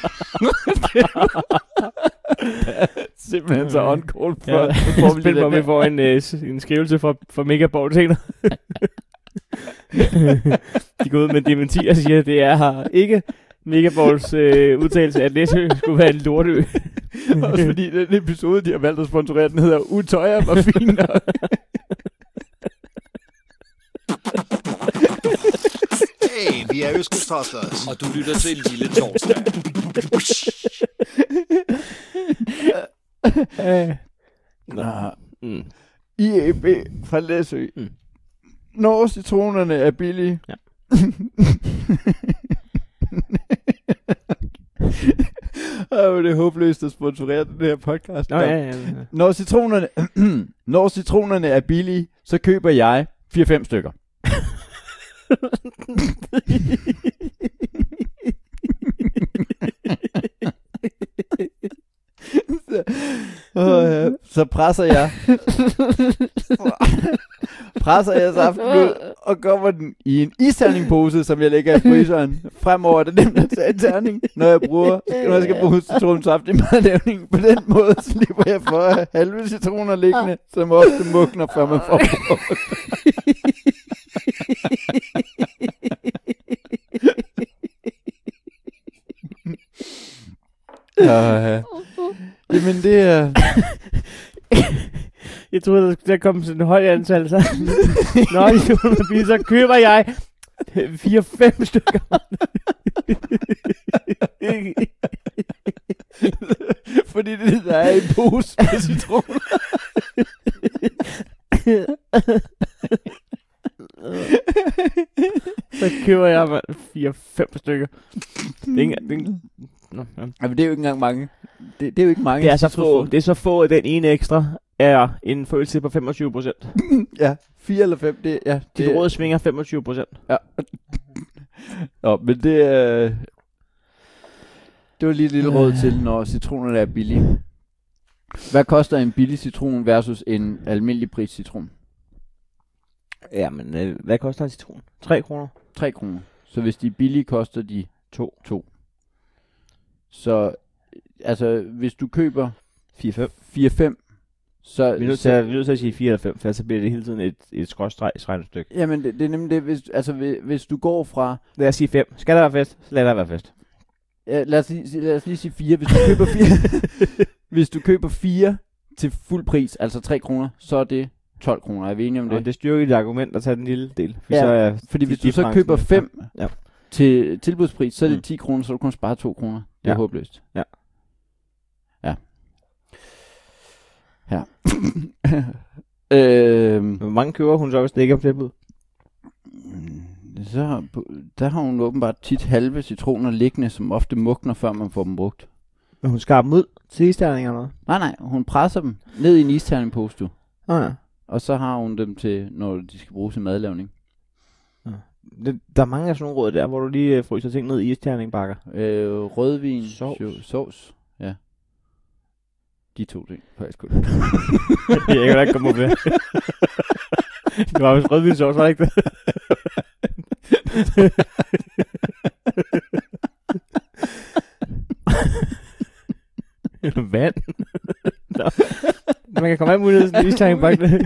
Simpelthen så on-call for, Ja, for, for Spil mig, om vi får en, øh, en skrivelse fra, fra Megabowl senere. De går ud med en dementi og siger, at det er ikke Megaballs øh, udtalelse, at Læsø skulle være en lortø. Også fordi den episode, de har valgt at sponsorere, den hedder Utøjer var fin nok. Hey, vi er Øskestosters. Og du lytter til en lille torsdag. Nå. Mm. I E B fra Læsø. Mm. Når citronerne er billige. Ja. Åh, det er håbløst at sponsorere den her podcast. Nå, ja, ja, ja. Når citronerne, når citronerne er billige, så køber jeg fire fem stykker. så, øh, så presser jeg presser jeg saften og kommer den i en isterningpose, som jeg lægger i fryseren. Fremover er det nemt at tage en terning, når jeg bruger, når jeg skal bruge citronsaft i madlavningen. På den måde slipper jeg for at have halve citroner liggende, som ofte mugner, før man får brugt. Ja, jamen det er... Jeg troede, der skulle komme sådan en høj antal, så når de skulle blive, så køber jeg fire fem stykker. Fordi det der er en pose med citroner. Så køber jeg fire fem stykker. Det er ikke, det er ikke, no, ja. Jamen, det er jo ikke engang mange. Det, det er jo ikke mange. Det er så få. Det er så få, at den ene ekstra er en følelse på femogtyve procent. Ja, fire eller fem. Det, ja, det, Dit råd svinger femogtyve procent. Ja. Nå, men det er... Det var lige et lille råd til, når citronerne er billige. Hvad koster en billig citron versus en almindelig pris citron? Ja, men øh, hvad koster en citron? tre kroner. tre kroner. Så hvis de er billige, koster de to. to. Så altså, hvis du køber fire fem. fire fem, så... Vi er nødt til at, vi er nødt til at sige fire eller fem, for så bliver det hele tiden et, et skråstreg-stykke. Jamen, det, det er nemlig det, hvis, altså, hvis, hvis du går fra... Lad os sige fem. Skal der være fest? Så lad der være fest. Ja, lad, os lige, lad os lige sige fire. Hvis du køber fire, hvis du køber fire til fuld pris, altså tre kroner, så er det tolv kroner. Er vi enige om det? Og det styrker dit argument at tage den lille del. For Ja, så er fordi hvis du så køber fem ja. til tilbudspris, så er det Mm. ti kroner, så du kun spare to kroner. Det er Ja. håbløst. Ja. Ja. Ja. øhm, Hvor mange køber hun så, hvis det ikke er på tilbud? så, der har hun åbenbart tit halve citroner liggende, som ofte mugner, før man får dem brugt. Men hun skar dem ud til isterninger eller noget? Nej, nej, hun presser dem ned i en isterningpose, du. Ah, ja. Og så har hun dem til, når de skal bruges i madlavning. Det, der er mange af sådan nogle råd der, hvor du lige øh, fryser ting ned i isterningbakker. Øh, rødvin, Sovs. Jo, sovs, ja. De to ting, faktisk kun. Jeg kan da ikke komme op med. Det var vist rødvinsovs, var det ikke det? Eller vand. Nå. Man kan komme af mulighed sådan en isterningbakke.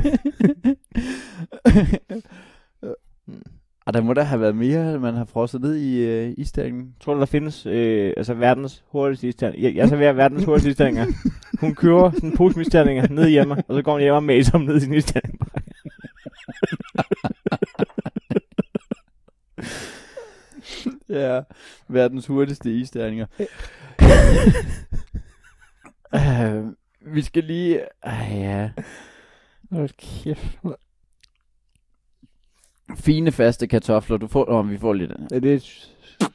Og der må der have været mere, man har frosset ned i øh, isterningen. Tror du, der findes øh, altså verdens hurtigste isterninger? Jeg, jeg serverer verdens hurtigste isterninger. Hun kører sådan en pose med isterninger ned hjemme, og så går hun hjem og maser dem ned i sin isterningbakke. Ja, verdens hurtigste isterninger. øh, vi skal lige... Ej, ja. Hold kæft. Fine faste kartofler. Du får... Åh, vi får lidt... Er det...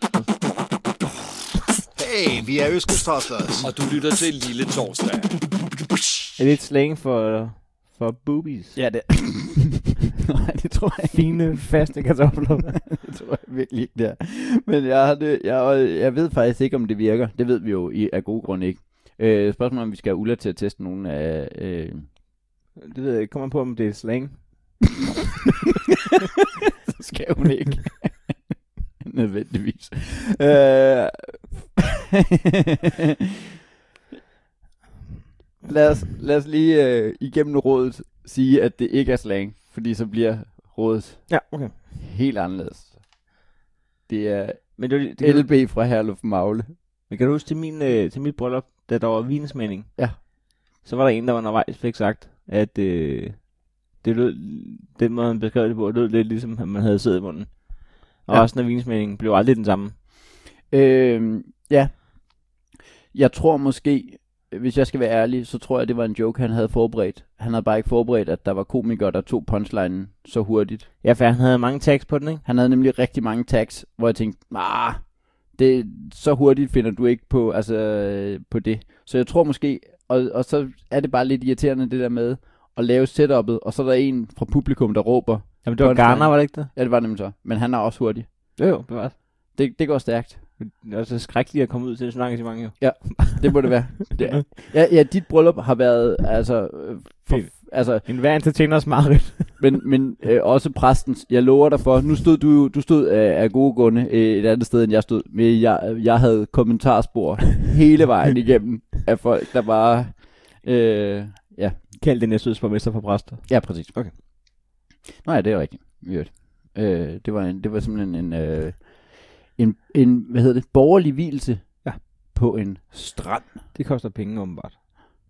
Hey, vi er Øskestosters. Og du lytter til en lille torsdag. Er det et slang for, for boobies? Ja, det... Nej, det tror jeg ikke. Fine, faste kartofler. Det tror jeg virkelig ikke, det er. Men jeg, har det, jeg, jeg ved faktisk ikke, om det virker. Det ved vi jo i, af gode grunde ikke. Øh, spørgsmålet om vi skal have Ulla til at teste nogle af... Øh... Det ved jeg ikke. Kommer på, om det er slang. Så skal hun ikke. Nødvendigvis. øh... lad, os, lad os lige øh, igennem rådet sige, at det ikke er slang. Fordi så bliver rådet... Ja, okay. helt anderledes. Det er Men det, det, L B fra Herluf Magle. Men kan du huske til, min, øh, til mit bryllup, da der var vinsmagning? Ja. Så var der en, der var undervejs, fik sagt, at øh, det lød, den måde, han beskrev det på, lød lidt ligesom, at man havde siddet i munden. Og Ja. resten af vinsmagningen blev aldrig den samme. Øh, ja. Jeg tror måske, hvis jeg skal være ærlig, så tror jeg, det var en joke, han havde forberedt. Han havde bare ikke forberedt, at der var komikere, der tog punchlinen så hurtigt. Ja, for han havde mange tags på den, ikke? Han havde nemlig rigtig mange tags, hvor jeg tænkte, ah, det, så hurtigt finder du ikke på, altså, øh, på det. Så jeg tror måske, og, og så er det bare lidt irriterende det der med at lave setup'et, og så er der en fra publikum, der råber. Jamen, det var punchline. Garner, var det ikke det? Ja, det var nemlig så. Men han er også hurtig. Jo, jo, det var Det, det går stærkt. det er også skrækkeligt at komme ud til sådan en arrangement, jo. Det må det være. Det er. Ja, ja, dit bryllup har været, altså, øh, for, Fint. altså En hver entertainers mareridt. men, men øh, også præstens. Jeg lover dig for, nu stod du jo, du stod øh, af gode grunde øh, et andet sted, end jeg stod. Men jeg, jeg havde kommentarspor hele vejen igennem af folk, der bare, øh, ja. Kald det næste borgmester for præster. Ja, præcis. Okay. Nå ja, det er rigtigt. Øh, det, var en, det var simpelthen en, øh, en, en, hvad hedder det, borgerlig vielse Ja. på en strand. Det koster penge, åbenbart.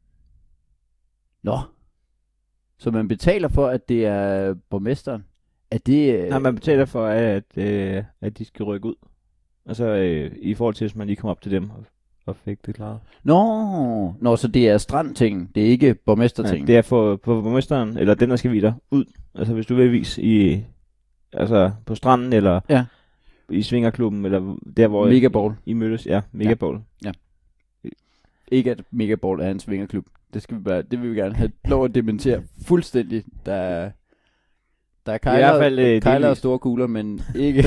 Nå. Så man betaler for, at det er borgmesteren? Er det... Øh... Nej, man betaler for, at, øh, at de skal rykke ud. Altså, øh, i forhold til, hvis man lige kommer op til dem og, og fik det klaret. Nå, Nå, så det er strandting, det er ikke borgmesterting. Ja, det er for, for borgmesteren, eller den, der skal videre, ud. Altså, hvis du vil vise i, altså, på stranden, eller Ja. i svingerklubben, eller der, hvor Megaball. I, I mødtes. Ja, Megaball. Ikke at Megaball er en svingerklub. Det skal vi bare, det vil vi gerne have lov at dementere fuldstændig. Der er, der er kejler, I hvert fald, øh, kejler og delvis. store kugler, men ikke...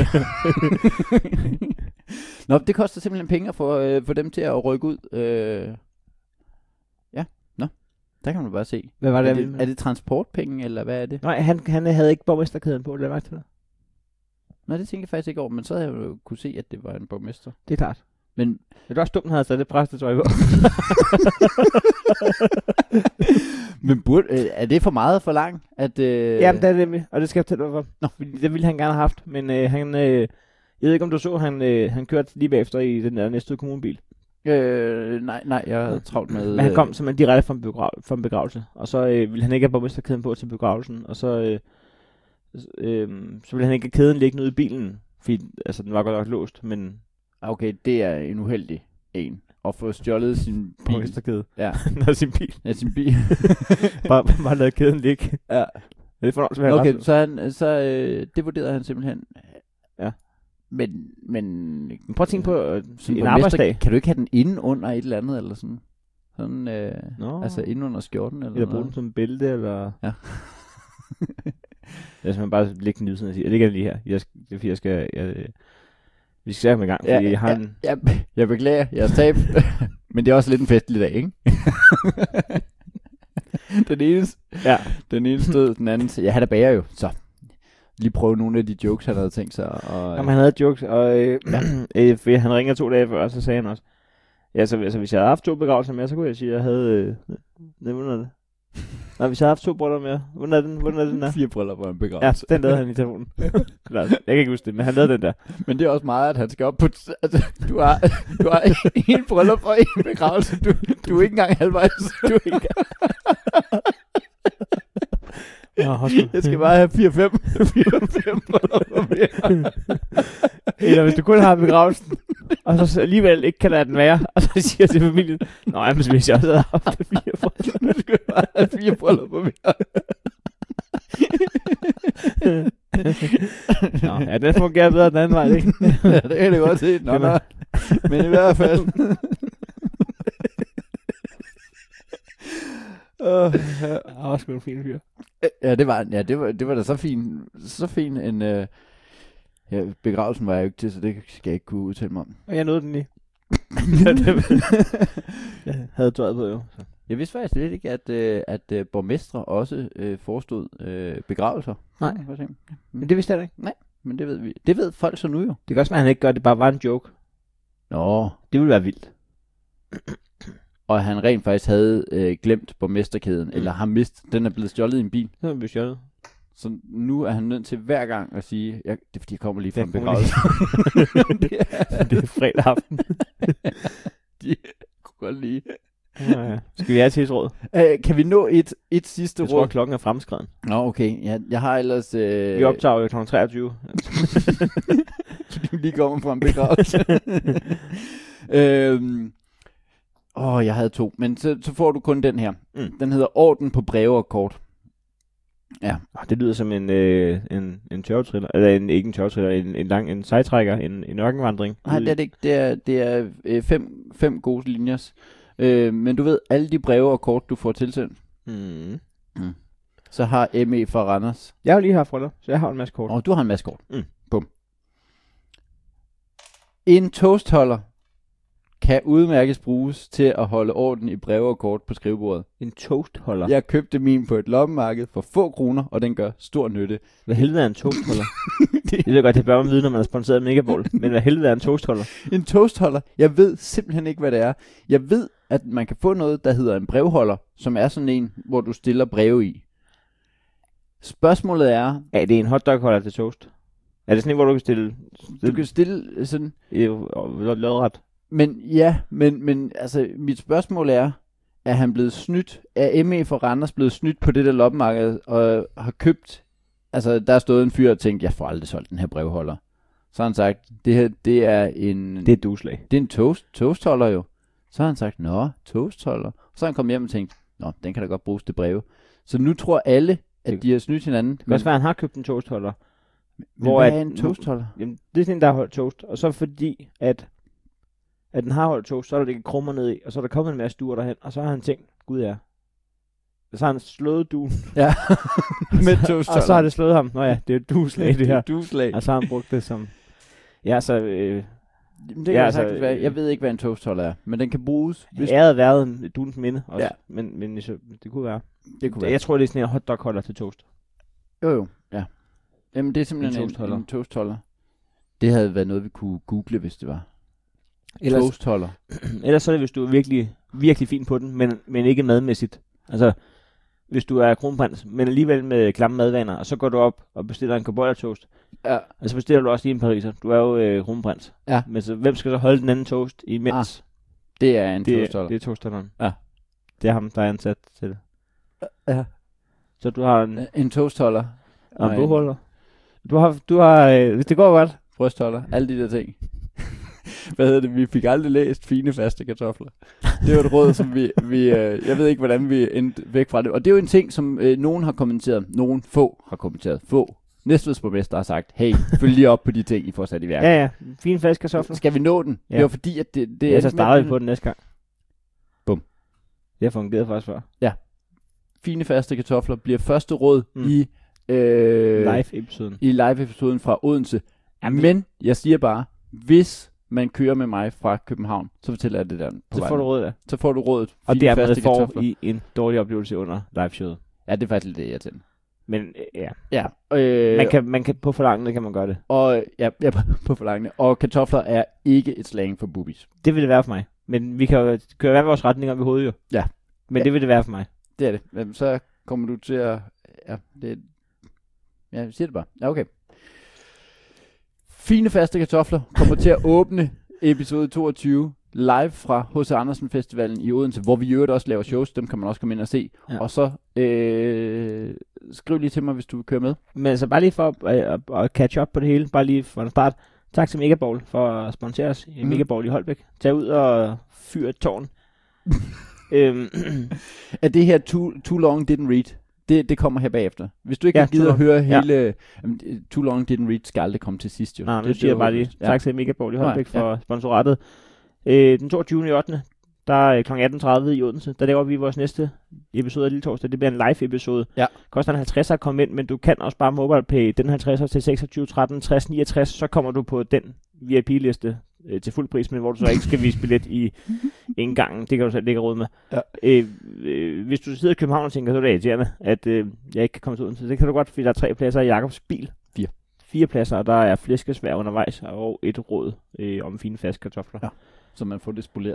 Nå, det koster simpelthen penge for, øh, for dem til at rykke ud. Øh... Ja, nå. Der kan man bare se. Hvad var det, Er jeg ville det, med? er det transportpenge, eller hvad er det? Nej, han, han havde ikke borgmesterkæden på, det var til det. Nå, det tænker jeg faktisk ikke over, men så havde jeg jo kunne se, at det var en borgmester. Det er klart. Men Det var også dumt, han havde taget det præstetøj på. Men burde, øh, er det for meget for langt? At, øh... Jamen, det er det, og det skal jeg fortælle dig for. Nå, fordi det ville han gerne have haft, men øh, han, øh, jeg ved ikke, om du så, han, øh, han kørte lige bagefter i den der næste kommunebil. Øh, nej, nej, jeg havde travlt med... Men han kom simpelthen direkte fra en, begrav- fra en begravelse, og så øh, ville han ikke have borgmesterkæden på til begravelsen, og så, øh, øh, så ville han ikke have kæden liggende ude i bilen, fordi altså, den var godt nok låst, men... Okay, det er en uheldig en. At få stjålet sin bil. Borgmesterkæde. Ja, Nå, sin bil. ja sin bil. bare, bare lade kæden ligge. ja. Det er for noget, Okay, så, han, så øh, det vurderede han simpelthen. Ja. Men, men... Men prøv at tænke på øh, som en borgmester, arbejdsdag. Kan du ikke have den inde under et eller andet, eller sådan? Sådan, øh, Nå. altså inde under skjorten, eller Eller bruge den noget? som en bælte, eller... Ja. Jeg skal bare lægge den lydsiden og sige, at det ikke er lige her. Jeg skal, det er fordi, jeg skal... Jeg, vi skal sætte i gang, fordi Ja, jeg har ja, en... ja, jeg beklager jeres tab. Men det er også lidt en festlig dag, ikke? den ene, Ja. den ene stod, den anden... Ja, han er bager jo, så lige prøve nogle af de jokes, han havde tænkt sig. Og, Jamen, han havde jokes, og øh, øh, fordi han ringer to dage før, og så sagde han også... Ja, så altså, hvis jeg havde haft to begravelser med, så kunne jeg sige, at jeg havde... Øh, det, hvordan er det? Nej, hvis jeg havde haft to brødre med, hvordan er den, hvordan er den der? fire briller på en Ja, begravelse. den lavede han i telefonen. Klar, jeg kan ikke huske det, men han lavede den der. Men det er også meget, at han skal op på... Altså, du har, du har en bryllup og en begravelse. Du, du er ikke engang halvvejs. Du er ikke engang... Nå, Hosko. Jeg skal bare have fire fem. fire fem bryllupper mere. Eller hvis du kun har begravelsen, og så alligevel ikke kan lade den være, og så siger til familien, nå, jamen, hvis jeg også havde haft fire bryllup. Nu skal jeg bare have fire bryllupper mere. Nå, ja, den fungerer bedre den anden vej, ikke? Ja, det kan det godt se. Nå, nå. Men i hvert fald... Uh, Ja, også sgu en fin fyr. ja, det var, ja, det var, det var da så fin, så fin en, uh, ja, begravelsen var jeg jo ikke til, så det skal jeg ikke kunne udtale mig om. Og jeg nåede den lige. Jeg havde tøjet på, jo. Så. Jeg vidste faktisk lidt ikke, at, uh, at uh, borgmestre også uh, forestod uh, begravelser. Nej. For eksempel. Men det vidste jeg da ikke. Nej, men det ved vi. Det ved folk så nu jo. Det kan også være, at han ikke gør det, bare var en joke. Nå. Det ville være vildt. Og han rent faktisk havde øh, glemt borgmesterkæden, mm. eller har mistet, den er blevet stjålet i en bil. Så er vi stjålet. Så nu er han nødt til hver gang at sige, jeg, det er fordi, jeg kommer lige fra en Det kommer begravelse. det, er, det er fredag aften. De kunne godt lide. Ja, ja. Skal vi have til et råd? Uh, kan vi nå et, et sidste Jeg tror, råd? at klokken er fremskreden. Nå, okay. Jeg, jeg har ellers... Øh, Vi optager jo klokken treogtyve. fordi vi lige kommer fra en begravelse. øhm, åh, jeg havde to. Men så, så får du kun den her. Mm. Den hedder Orden på breve og kort. Ja. Det lyder som en, øh, en, en tørvetriller. Eller en, ikke en tørvetriller, en, en lang en sejtrækker, en, en ørkenvandring. Nej, det er det ikke. Det er, det er øh, fem, fem gode linjer. Øh, men du ved, alle de breve og kort, du får tilsendt, Mm. mm. så har M E fra Randers. Jeg har jo lige haft frøller, så jeg har en masse kort. Og du har en masse kort. Mm. Bum. En toastholder kan udmærkes bruges til at holde orden i breve og kort på skrivebordet. En toastholder. Jeg købte min på et loppemarked for få kroner, og den gør stor nytte. Hvad helvede er en toastholder? det er godt, det bør man vide, når man er sponsoreret af Megaball. Men hvad helvede er en toastholder? En toastholder, jeg ved simpelthen ikke, hvad det er. Jeg ved, at man kan få noget, der hedder en brevholder, som er sådan en, hvor du stiller breve i. Spørgsmålet er, Er det en hotdogholder til toast? Er det sådan en, hvor du kan stille... du kan stille sådan... lodret? Men ja, men, men altså, mit spørgsmål er, er han blevet snydt? Er M E fra Randers blevet snydt på det der loppemarked, og har købt... Altså, der er stået en fyr og tænkt, jeg får aldrig solgt den her brevholder. Så har han sagt, det her, det er en... Det er et dueslag. Det er en toast, toastholder jo. Så har han sagt, nå, toastholder. Så har han kommet hjem og tænkt, nå, den kan da godt bruges til breve. Så nu tror alle, at de har snydt hinanden. Det kan også være, at han har købt en toastholder. Men hvor hvad at- er en toastholder? Jamen, det er sådan en, der har holdt toast. Og så fordi, at, at den har holdt toast, så er der ligget krummer ned i, og så er der kommet en masse duer derhen, og så har han tænkt, gud ja. Og så har han slået duen, Ja, med toastholder. og så har det slået ham. Nå ja, det er et dueslag, det her. dueslag. Og så har han brugt det som... Ja, så øh, Jamen, det Ja, kan altså, altså, være. Jeg ved ikke, hvad en toastholder er, men den kan bruges, hvis æret været duens minde også. Ja. Men, men så, det kunne være. det kunne være. Jeg tror, det er sådan en hotdogholder til toast. Jo, jo, ja. Jamen, det er simpelthen En en toastholder. en, en toastholder. Det havde været noget, vi kunne google, hvis det var. Ellers, Toastholder. ellers så er det, hvis du er virkelig, virkelig fin på den, men, men ikke madmæssigt. Altså, hvis du er kronprins, men alligevel med klamme madvaner, og så går du op og bestiller en cowboy-toast, Ja. og så bestiller du også lige en pariser. Du er jo øh, kronprins. Ja. Men så, hvem skal så holde den anden toast imens? Det er en det, toastholder. det er toastholderen. Ja. Det er ham, der er ansat til det. Ja. Så du har en, En toastholder. og en og bogholder. Du har, du har øh, hvis det går godt. brystholder. Alle de der ting. Hvad hedder det? Vi fik aldrig læst fine faste kartofler. Det var et råd, som vi... vi øh, jeg ved ikke, hvordan vi endte væk fra det. Og det er jo en ting, som øh, nogen har kommenteret. Nogen få har kommenteret. Få. Næstveds borgmester har sagt, hey, følg lige op på de ting, I får sat i værk. Ja, ja. Fine faste kartofler. Skal vi nå den? Ja. Det var fordi, at det... det Ja, så endte med, starter at vi på den næste gang. Bum. Det har fungeret faktisk før. Fine faste kartofler bliver første råd Mm. mm. i... Øh, Live-episoden. I live-episoden fra Odense. Jamen, Men jeg siger bare, hvis man kører med mig fra København, så fortæller jeg det der på så vejen. får du råd af. Så får du rådet. Og Fine det er, man faste får kartofler. i en dårlig oplevelse under liveshowet. Ja, det er faktisk lidt det, jeg tænder. Men øh, ja, Ja, øh, man kan, man kan på forlangende kan man gøre det. og ja, ja på, på forlangende. Og kartofler er ikke et slang for boobies. Det vil det være for mig. Men vi kan jo køre hver vores retning op i hovedet jo. Ja. Men Ja. det vil det være for mig. Det er det. Men så kommer du til at... Ja, det ja, jeg siger det bare. Ja, okay. Fine faste kartofler kommer til at åbne episode toogtyve live fra H C Andersen Festivalen i Odense, hvor vi i øvrigt også laver shows. Dem kan man også komme ind og se. Ja. Og så øh, skriv lige til mig, hvis du vil køre med. Men altså bare lige for at, at, at catch up på det hele, bare lige for en start. Tak til Megaball for at sponsere os i Mm. Megaball i Holbæk. Tag ud og fyr et tårn. øhm, Er det her Too, too Long Didn't Read? Det, det kommer her bagefter. Hvis du ikke Ja, ja, gider Too at høre Ja. hele... Jamen, Too Long Didn't Read skal aldrig komme til sidst, jo. nej, nu det, siger jeg bare lige ja. tak til Megaball i Holbæk Nej, for sponsoratet. Øh, den toogtyvende i ottende der er klokken atten tredive i Odense. Der laver vi vores næste episode af Lille Torsdag. Det bliver en live episode. Ja. Koster en halvtreds at komme ind, men du kan også bare MobilePay den halvtreds til seksogtyve tretten tres niogtres. Så kommer du på den V I P-liste øh, til fuld pris, men hvor du så ikke skal vise billet i indgangen. Det kan du selv lægge råd med. Ja. Øh, øh, hvis du sidder i København og tænker, så er det irriterende, at øh, jeg ikke kan komme til Odense. Det kan du godt, fordi der er tre pladser i Jakobs bil. Fire. Fire pladser, og der er flæskesvær undervejs, og et råd øh, om fine faste kartofler. Ja. Så man får det spoleret.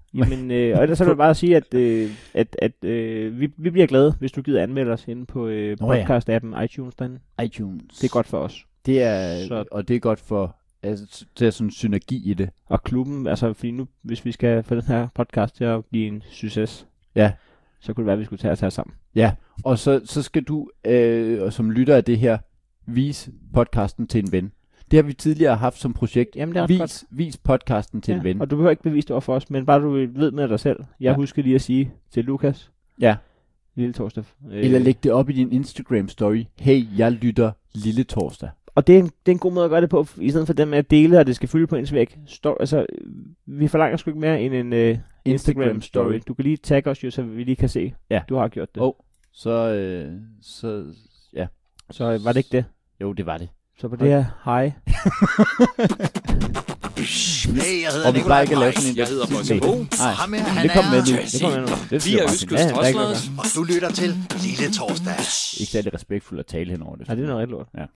Jamen, øh, og ellers så vil jeg bare sige, at, øh, at, at øh, vi, vi bliver glade, hvis du gider anmelde os inde på øh, podcast-appen iTunes derinde. iTunes. Det er godt for os. Det er, Så- og det er godt for, altså, det er sådan en synergi i det. Og klubben, altså fordi nu, hvis vi skal få den her podcast til at blive en succes, Ja. så kunne det være, at vi skulle tage os her sammen. Ja, og så, så skal du øh, som lytter af det her, vise podcasten til en ven. Det har vi tidligere haft som projekt. Jamen, det er ret vis, godt. vis podcasten til en ven. Og du behøver ikke bevise det over for os, men bare du ved med dig selv. Jeg Ja. husker lige at sige til Lukas, Ja. Lille Torsdag. Øh, Eller læg det op i din Instagram story. Hey, jeg lytter Lille Torsdag. Og det er, en, det er en god måde at gøre det på, i stedet for dem med at dele, og det skal fylde på ens væg. Står, altså, vi forlanger sgu ikke mere end en uh, Instagram story. Du kan lige tagge os jo, så vi lige kan se, Ja. du har gjort det. Oh. Så, øh, så, ja. Så øh, var det ikke det? Jo, det var det. Så på det her, hej. Hey, jeg hedder Og vi plejer Nikolaj ikke at lave Weiss. sådan en Jeg hedder Bosse Nej. Bo. Nej. Ham her, han Det kom med nu. er... Det kommer med nu. Det Vi synes jeg er bare Øskes fint. Ja, der er ikke Troslers. noget Og du lytter til Lille Torsdag. Ikke særlig respektfuldt at tale henover det. Nej, det er noget rigtig lort. Ja.